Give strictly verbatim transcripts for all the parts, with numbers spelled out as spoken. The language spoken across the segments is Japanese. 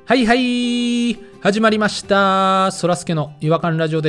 はいはい始まりましたそらすけの違和感ラジオです。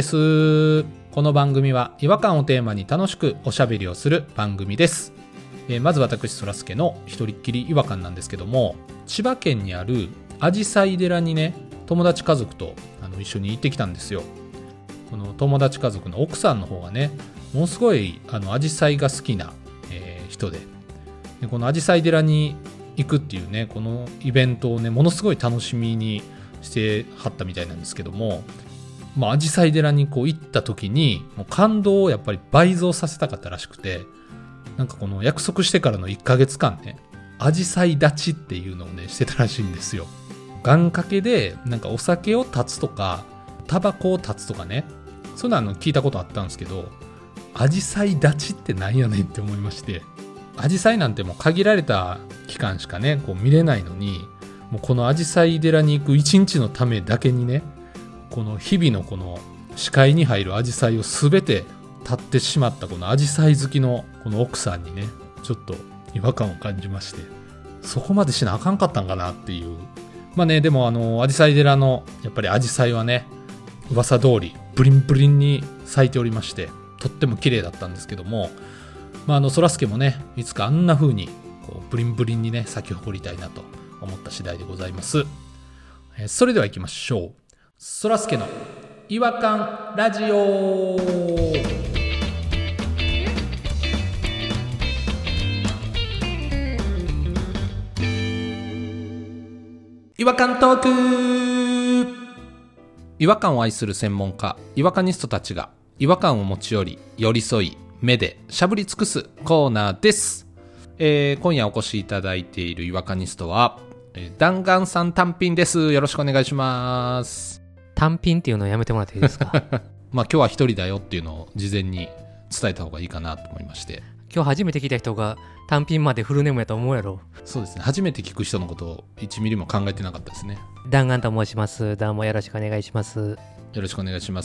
この番組は違和感をテーマに楽しくおしゃべりをする番組です。えー、まず私そらすけの一人っきり違和感なんですけども、千葉県にあるあじさい寺にね、友達家族とあの一緒に行ってきたんですよ。この友達家族の奥さんの方がね、ものすごいあのアジサイが好きな、えー、人で、でこのあじさい寺に行くっていうね、このイベントをね、ものすごい楽しみにしてはったみたいなんですけども、まああじさい寺にこう行った時にもう感動をやっぱり倍増させたかったらしくて、なんかこの約束してからのいっかげつかんね、あじさい立ちっていうのをねしてたらしいんですよ。願掛けでなんかお酒を断つとかタバコを断つとかね、そういうのあの聞いたことあったんですけど、あじさい立ちってなんやねんって思いまして、アジサイなんてもう限られた期間しかねこう見れないのに、もうこのアジサイ寺に行く一日のためだけにね、この日々のこの視界に入るアジサイをすべて立ってしまったこのアジサイ好きのこの奥さんにね、ちょっと違和感を感じまして、そこまでしなあかんかったんかなっていう。まあね、でもあのアジサイ寺のやっぱりアジサイはね、噂通りブリンブリンに咲いておりまして、とっても綺麗だったんですけども、まあ、あのそらすけもね、いつかあんな風にこうブリンブリンにね咲き誇りたいなと思った次第でございます。えー、それでは行きましょう。そらすけの違和感ラジオ。違和感トーク。違和感を愛する専門家違和感ニストたちが違和感を持ち寄り寄り添い目でしゃぶり尽くすコーナーです。えー、今夜お越しいただいている違和感ニストは、えー、弾丸さん単品です。よろしくお願いします。 単品っていうのをやめてもらっていいですか？ まあ今日は一人だよっていうのを事前に伝えた方がいいかなと思いまして。 今日初めて聞いた人が単品までフルネームやと思うやろ。 そうですね、初めて聞く人のことをいちミリも考えてなかったですね。 弾丸と申します。どうもよろしくお願いします。 よろしくお願いします。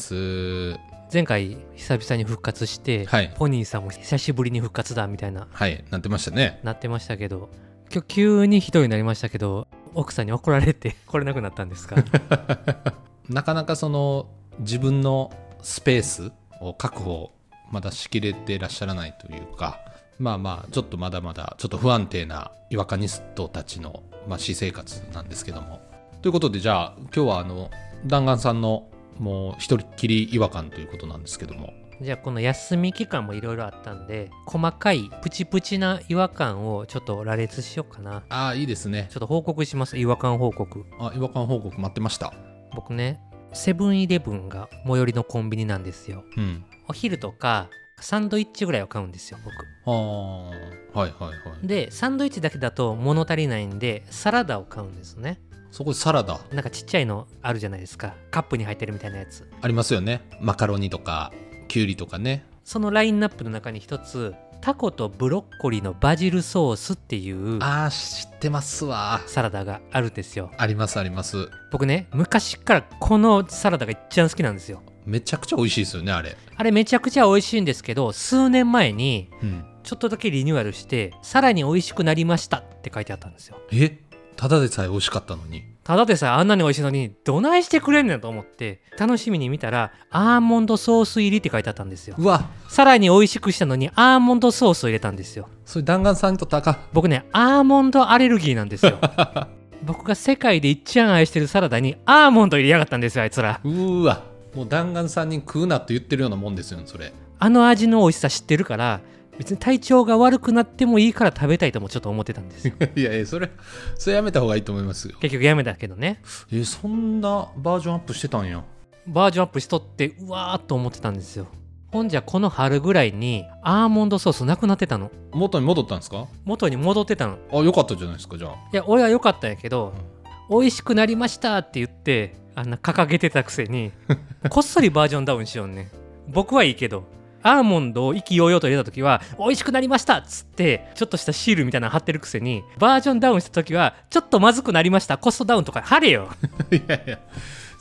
前回久々に復活して、はい、ポニーさんも久しぶりに復活だみたいな、 はい、なってましたね。 なってましたけど、今日急に一人になりましたけど、奥さんに怒られて来れなくなったんですか？ なかなかその自分のスペースを確保まだしきれてらっしゃらないというか、まあまあちょっとまだまだちょっと不安定な違和感ニストたちの、まあ、私生活なんですけども、ということで、じゃあ今日はあの弾丸さんのもう一人っきり違和感ということなんですけども、 じゃあこの休み期間もいろいろあったんで、細かいプチプチな違和感をちょっと羅列しようかな。 ああ、いいですね。 ちょっと報告します。違和感報告。 あ、違和感報告待ってました。 僕ね、セブンイレブンが最寄りのコンビニなんですよ。うん、お昼とかサンドイッチぐらいは買うんですよ、僕。 ああ、はいはいはい。 でサンドイッチだけだと物足りないんでサラダを買うんですね。 そこでサラダなんかちっちゃいのあるじゃないですか、カップに入ってるみたいなやつありますよね。マカロニとかキュウリとかね。 そのラインナップの中に一つ、タコとブロッコリーのバジルソースっていうあー知ってますわサラダがあるんですよ。 ありますあります。 僕ね、昔からこのサラダが一番好きなんですよ。 めちゃくちゃ美味しいですよね。あれあれめちゃくちゃ美味しいんですけど、数年前にちょっとだけリニューアルして、うん、さらに美味しくなりましたって書いてあったんですよ。 え、ただでさえ美味しかったのに。 ただでさえあんなに美味しいのにどないしてくれんねんと思って楽しみに見たら、アーモンドソース入りって書いてあったんですよ。 うわ、 さらに美味しくしたのにアーモンドソースを入れたんですよ。 それ弾丸さんにとってあかん。 僕ね、アーモンドアレルギーなんですよ。僕が世界で一番愛してるサラダにアーモンド入れやがったんですよ、あいつら。 うわ、もう弾丸さんに食うなって言ってるようなもんですよね、それ。 あの味の美味しさ知ってるから、別に体調が悪くなってもいいから食べたいともちょっと思ってたんですよ。 いやいや、それそれやめた方がいいと思いますよ。 結局やめたけどね。 え、そんなバージョンアップしてたんや。 バージョンアップしとって、うわーっと思ってたんですよ。ほんじゃこの春ぐらいにアーモンドソースなくなってたの。 元に戻ったんですか？ 元に戻ってたの。 あ、よかったじゃないですか。じゃあいや、俺は良かったんやけど、うん、美味しくなりましたって言ってあんな掲げてたくせにこっそりバージョンダウンしようね。僕はいいけど、アーモンドを意気揚々と入れた時は美味しくなりましたっつってちょっとしたシールみたいなの貼ってるくせに、バージョンダウンした時はちょっとまずくなりましたコストダウンとか貼れよ。 いやいや、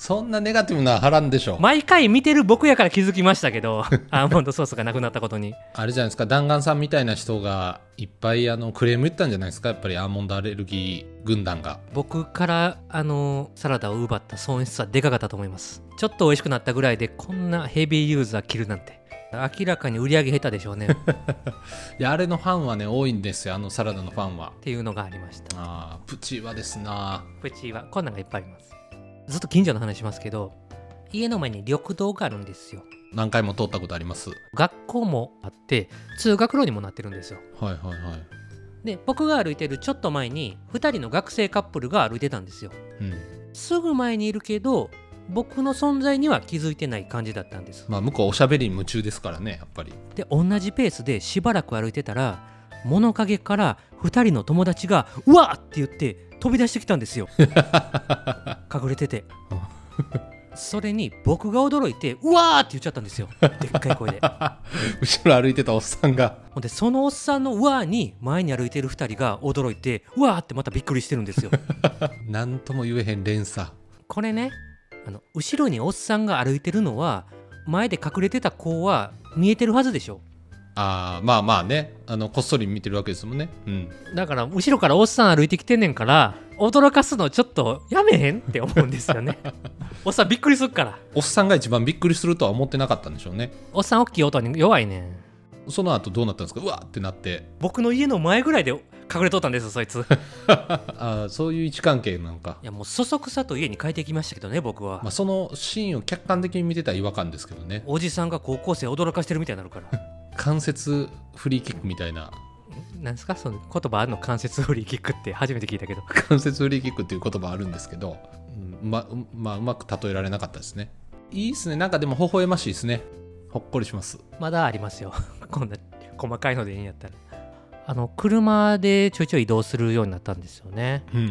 そんなネガティブな波乱でしょ。 毎回見てる僕やから気づきましたけどアーモンドソースがなくなったことに。 あれじゃないですか、弾丸さんみたいな人がいっぱいあのクレーム言ったんじゃないですか、やっぱりアーモンドアレルギー軍団が。 僕からあのサラダを奪った損失はでかかったと思います。ちょっと美味しくなったぐらいでこんなヘビーユーザー切るなんて明らかに売り上げ下手でしょうねいやあれのファンはね多いんですよ、あのサラダのファンは。 っていうのがありました。 あープチはですな。 プチはこんなんがいっぱいあります。ずっと近所の話しますけど、家の前に緑道があるんですよ。 何回も通ったことあります。 学校もあって通学路にもなってるんですよ。 はいはいはい。 で僕が歩いてるちょっと前にふたりの学生カップルが歩いてたんですよ、 うん、 すぐ前にいるけど僕の存在には気づいてない感じだったんです。 まあ向こうおしゃべりに夢中ですからね、やっぱり。 で同じペースでしばらく歩いてたら物陰からふたりの友達がうわーって言って飛び出してきたんですよ隠れててそれに僕が驚いてうわーって言っちゃったんですよ、でっかい声で後ろ歩いてたおっさんが。 ほんでそのおっさんのうわーに前に歩いてるふたりが驚いてうわーってまたびっくりしてるんですよなんとも言えへん連鎖。 これね、あの後ろにおっさんが歩いてるのは前で隠れてた子は見えてるはずでしょ。 ああまあまあね、あのこっそり見てるわけですもんね、うん、 だから後ろからおっさん歩いてきてんねんから驚かすのちょっとやめへんって思うんですよねおっさんびっくりするから。 おっさんが一番びっくりするとは思ってなかったんでしょうね。 おっさん大きい音に弱いねん。 その後どうなったんですか。うわーってなって。 僕の家の前ぐらいで隠れとったんですよそいつあそういう位置関係なんか。 いやもうそそくさと家に帰ってきましたけどね僕は、 まあ、そのシーンを客観的に見てたら違和感ですけどね。 おじさんが高校生驚かしてるみたいになるから関節フリーキックみたいな。 なんですかその言葉あるの、関節フリーキックって初めて聞いたけど関節フリーキックっていう言葉あるんですけど、うん、ま, まあうまく例えられなかったですね。いいですね、なんかでも微笑ましいですね。ほっこりします。 まだありますよこんな細かいのでいいんやったら。あの車でちょいちょい移動するようになったんですよね、 うんうんうん、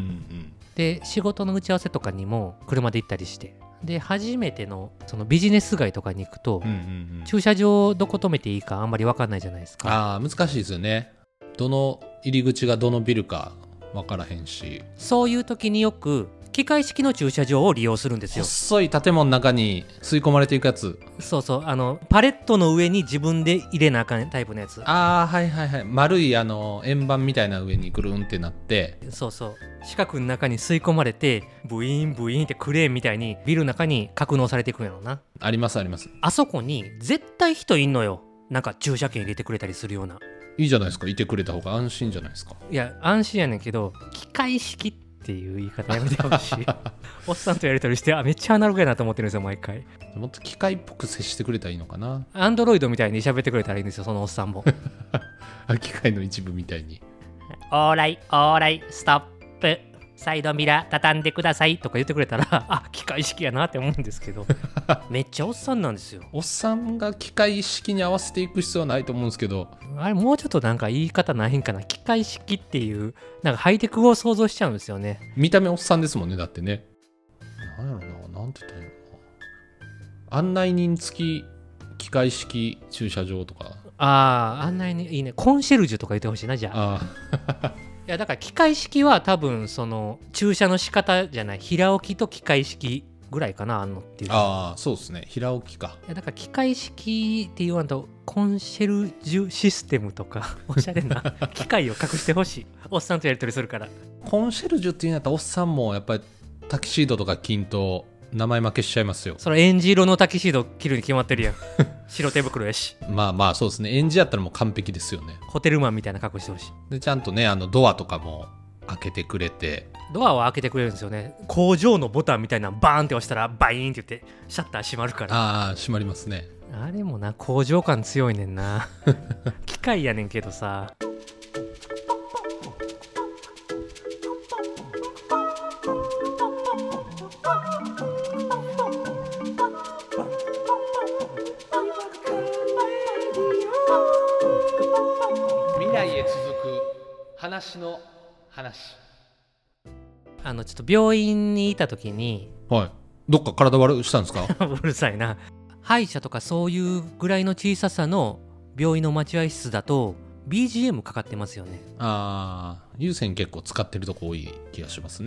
で仕事の打ち合わせとかにも車で行ったりして、で初めてのそのビジネス街とかに行くと、うんうんうん、駐車場どこ止めていいかあんまり分かんないじゃないですか。 ああ難しいですよね。どの入り口がどのビルか分からへんし、 そういう時によく機械式の駐車場を利用するんですよ。 細い建物の中に吸い込まれていくやつ。 そうそう、あのパレットの上に自分で入れなあかんタイプのやつ。 ああはいはいはい、丸いあの円盤みたいな上にぐるんってなって、 そうそう、四角の中に吸い込まれてブイーンブイーンってクレーンみたいにビルの中に格納されていくんやろな。 ありますあります。 あそこに絶対人いんのよ、なんか駐車券入れてくれたりするような。 いいじゃないですか、いてくれた方が安心じゃないですか。 いや安心やねんけど機械式っていう言い方やめてほしいおっさんとやり取りしてあめっちゃアナログやなと思ってるんですよ毎回。 もっと機械っぽく接してくれたらいいのかな。 アンドロイドみたいに喋ってくれたらいいんですよそのおっさんも機械の一部みたいにオーライオーライストップサイドミラー畳んでくださいとか言ってくれたらあ機械式やなって思うんですけどめっちゃおっさんなんですよ。 おっさんが機械式に合わせていく必要はないと思うんですけど、 あれもうちょっとなんか言い方ないんかな。機械式っていうなんかハイテクを想像しちゃうんですよね。 見た目おっさんですもんねだってね。なんやろな、なんて言ったらいいのかな、案内人付き機械式駐車場とか。 ああ案内にいいね、コンシェルジュとか言ってほしいなじゃあ。あいやだから機械式は多分その駐車の仕方じゃない、平置きと機械式ぐらいかなあんのっていう。 ああそうですね、平置きか。 いやだから機械式って言わんとコンシェルジュシステムとかおしゃれな機械を隠してほしいおっさんとやり取りするから。 コンシェルジュっていうんだったらおっさんもやっぱりタキシードとか着んと名前負けしちゃいますよ。 それエンジ色のタキシード着るに決まってるやん白手袋やし。 まあまあそうですね、エンジやったらもう完璧ですよね。 ホテルマンみたいな格好してほしい。 でちゃんとねあのドアとかも開けてくれて、 ドアを開けてくれるんですよね。工場のボタンみたいなバーンって押したらバイーンって言ってシャッター閉まるから。 ああ閉まりますね。 あれもな工場感強いねんな機械やねんけどさ。 未来へ続く話の話。 あのちょっと病院にいた時に、 はい、どっか体悪くしたんですかうるさいな。歯医者とかそういうぐらいの小ささの病院の待合室だと ビージーエム かかってますよね。 ああ有線結構使ってるとこ多い気がしますね。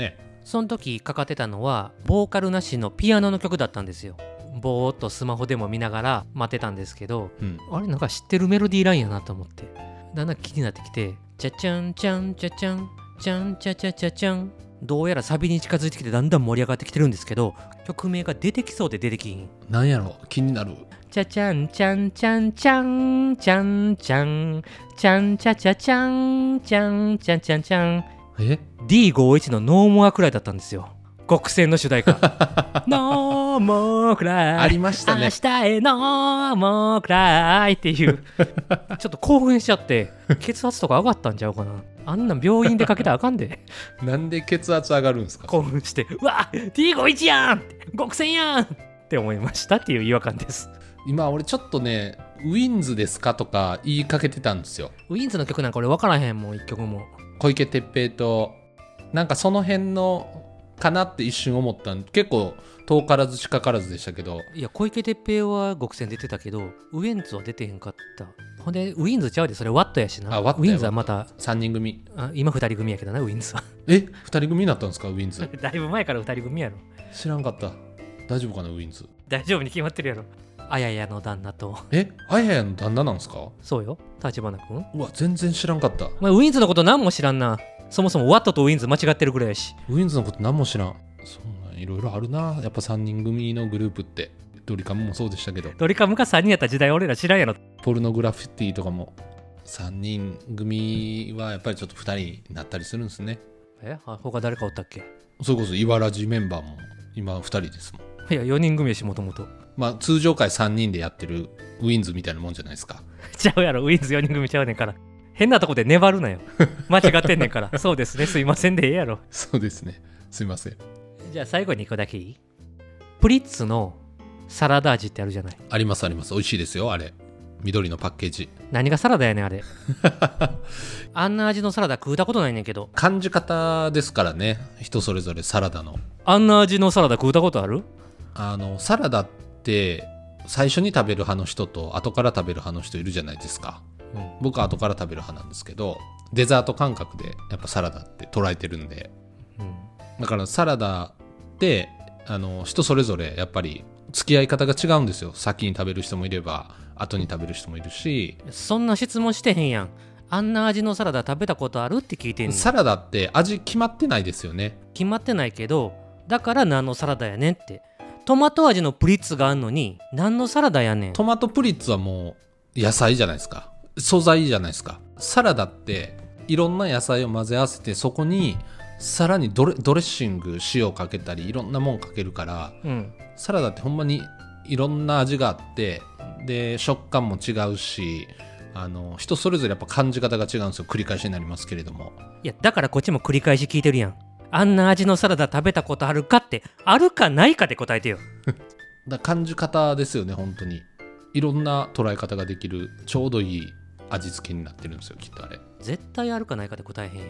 その時かかってたのはボーカルなしのピアノの曲だったんですよ。ぼーっとスマホでも見ながら待ってたんですけど、うん、あれなんか知ってるメロディーラインやなと思ってだんだん気になってきて、チャチャンチャンチャチャンチャンチャチャチャチャン、どうやらサビに近づいてきてだんだん盛り上がってきてるんですけど、曲名が出てきそうで出てきひん。 なんやろ、気になる。 チャチャンチャンチャンチャンチャンチャンチャンチャチャチャンチャンチャンチャンチャン、 えディーごじゅういち のノーモアくらいだったんですよ。極戦の主題歌ノーモアくらいありましたね。 明日へノーモアくらいっていうちょっと興奮しちゃって血圧とか上がったんちゃうかな。あんなん病院でかけたらあかんでなんで血圧上がるんですか。 興奮してうわ ディーごじゅういち やん極戦やんって思いましたっていう違和感です。 今俺ちょっとねウィンズですかとか言いかけてたんですよ。 ウィンズの曲なんか俺分からへんもん一曲も。 小池徹平となんかその辺のかなって一瞬思ったん。結構遠からず近からずでしたけど。 いや小池徹平は極戦出てたけどウィンズは出てへんかった。ほんでウィンズちゃうでそれワットやしな。 あワットウィンズはまたさんにん組。 あ今ふたり組やけどなウィンズは。 えふたり組になったんですかウィンズ。 だいぶ前からふたり組やろ。 知らんかった。大丈夫かなウィンズ。 大丈夫に決まってるやろ。あややの旦那と。 えあややの旦那なんですか。 そうよ立花君。 うわ全然知らんかった。 お前ウィンズのこと何も知らんな。そもそもワットとウィンズ間違ってるぐらいやし。 ウィンズのこと何も知らん。そんなんいろいろあるなやっぱさんにん組のグループって。ドリカムもそうでしたけど。 ドリカムがさんにんやった時代俺ら知らんやろ。 ポルノグラフィティとかもさんにん組はやっぱりちょっとふたりになったりするんですね。 え他誰かおったっけ。 それこそイバラジメンバーも今ふたりですもん。 いやよにん組やしもともと。 まあ通常回さんにんでやってるウィンズみたいなもんじゃないですか。 ちゃうやろウィンズよにん組ちゃうねんから。変なとこで粘るなよ間違ってんねんからそうですねすいませんでええやろ。 そうですねすいません。 じゃあ最後にいっこだけいい。プリッツのサラダ味ってあるじゃない。 ありますあります。美味しいですよあれ。緑のパッケージ。 何がサラダやねんあれあんな味のサラダ食うたことないねんけど。 感じ方ですからね人それぞれサラダの。 あんな味のサラダ食うたことある。 あのサラダって最初に食べる派の人と後から食べる派の人いるじゃないですか。うん、僕は後から食べる派なんですけどデザート感覚でやっぱサラダって捉えてるんで、うん、だからサラダってあの人それぞれやっぱり付き合い方が違うんですよ。先に食べる人もいれば後に食べる人もいるし。 そんな質問してへんやん。あんな味のサラダ食べたことあるって聞いてんねん。 サラダって味決まってないですよね。 決まってないけどだから何のサラダやねんって。トマト味のプリッツがあんのに何のサラダやねん。 トマトプリッツはもう野菜じゃないですか。素材じゃないですか。サラダっていろんな野菜を混ぜ合わせてそこにさらにド レ, ドレッシング塩かけたりいろんなもんかけるから、うん、サラダってほんまにいろんな味があってで食感も違うしあの人それぞれやっぱ感じ方が違うんですよ。繰り返しになりますけれども。 いやだからこっちも繰り返し聞いてるやん。あんな味のサラダ食べたことあるかってあるかないかで答えてよだ感じ方ですよね。本当にいろんな捉え方ができるちょうどいい味付けになってるんですよきっとあれ。 絶対あるかないかで答えへんやん。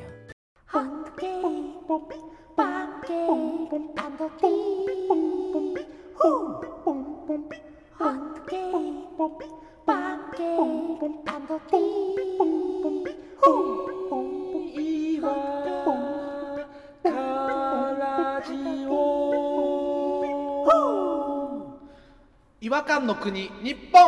違和感の国日本。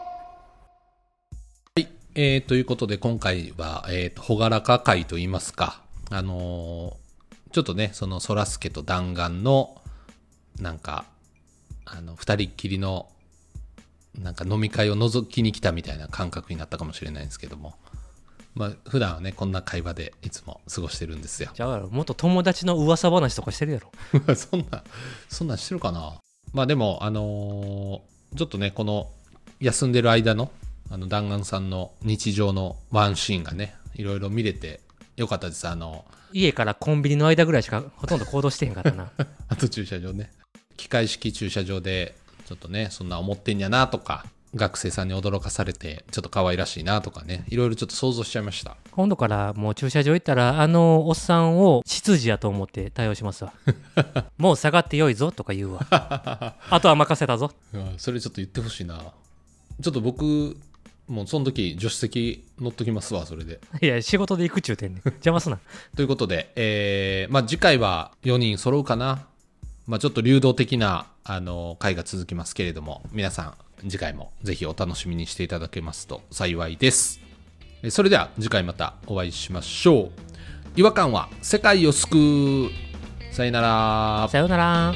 えー、ということで今回は、えー、とほがらか会といいますか、あのー、ちょっとねそのそらすけと弾丸のなんかあの二人っきりのなんか飲み会を覗きに来たみたいな感覚になったかもしれないんですけども、まあ普段はねこんな会話でいつも過ごしてるんですよ。 じゃあもっと友達の噂話とかしてるやろそんなそんなんしてるかな。まあでもあのー、ちょっとねこの休んでる間のあの弾丸さんの日常のワンシーンがねいろいろ見れてよかったです。あの家からコンビニの間ぐらいしかほとんど行動してへんかったなあと駐車場ね機械式駐車場でちょっとねそんな思ってんやなとか学生さんに驚かされてちょっと可愛らしいなとかねいろいろちょっと想像しちゃいました。 今度からもう駐車場行ったらあのおっさんを執事やと思って対応しますわもう下がってよいぞとか言うわあとは任せたぞ、 うん、それちょっと言ってほしいな。ちょっと僕もうその時助手席乗っときますわ、それで。 いや仕事で行くっちゅうてんねん邪魔すな。 ということで、えーまあ、次回はよにん揃うかな。まあ、ちょっと流動的なあの回が続きますけれども、皆さん次回もぜひお楽しみにしていただけますと幸いです。それでは次回またお会いしましょう。違和感は世界を救う。さよなら。 さようなら。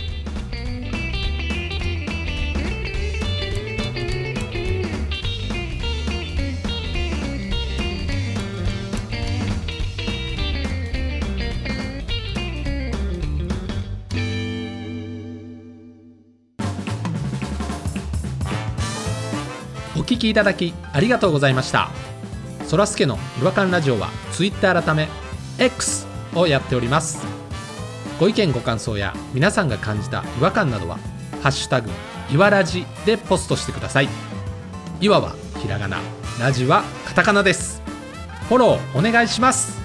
お聞きいただきありがとうございました。そらすけの違和感ラジオは Twitter 改め X をやっております。ご意見ご感想や皆さんが感じた違和感などはハッシュタグいわらじでポストしてください。いわはひらがな、ラジはカタカナです。フォローお願いします。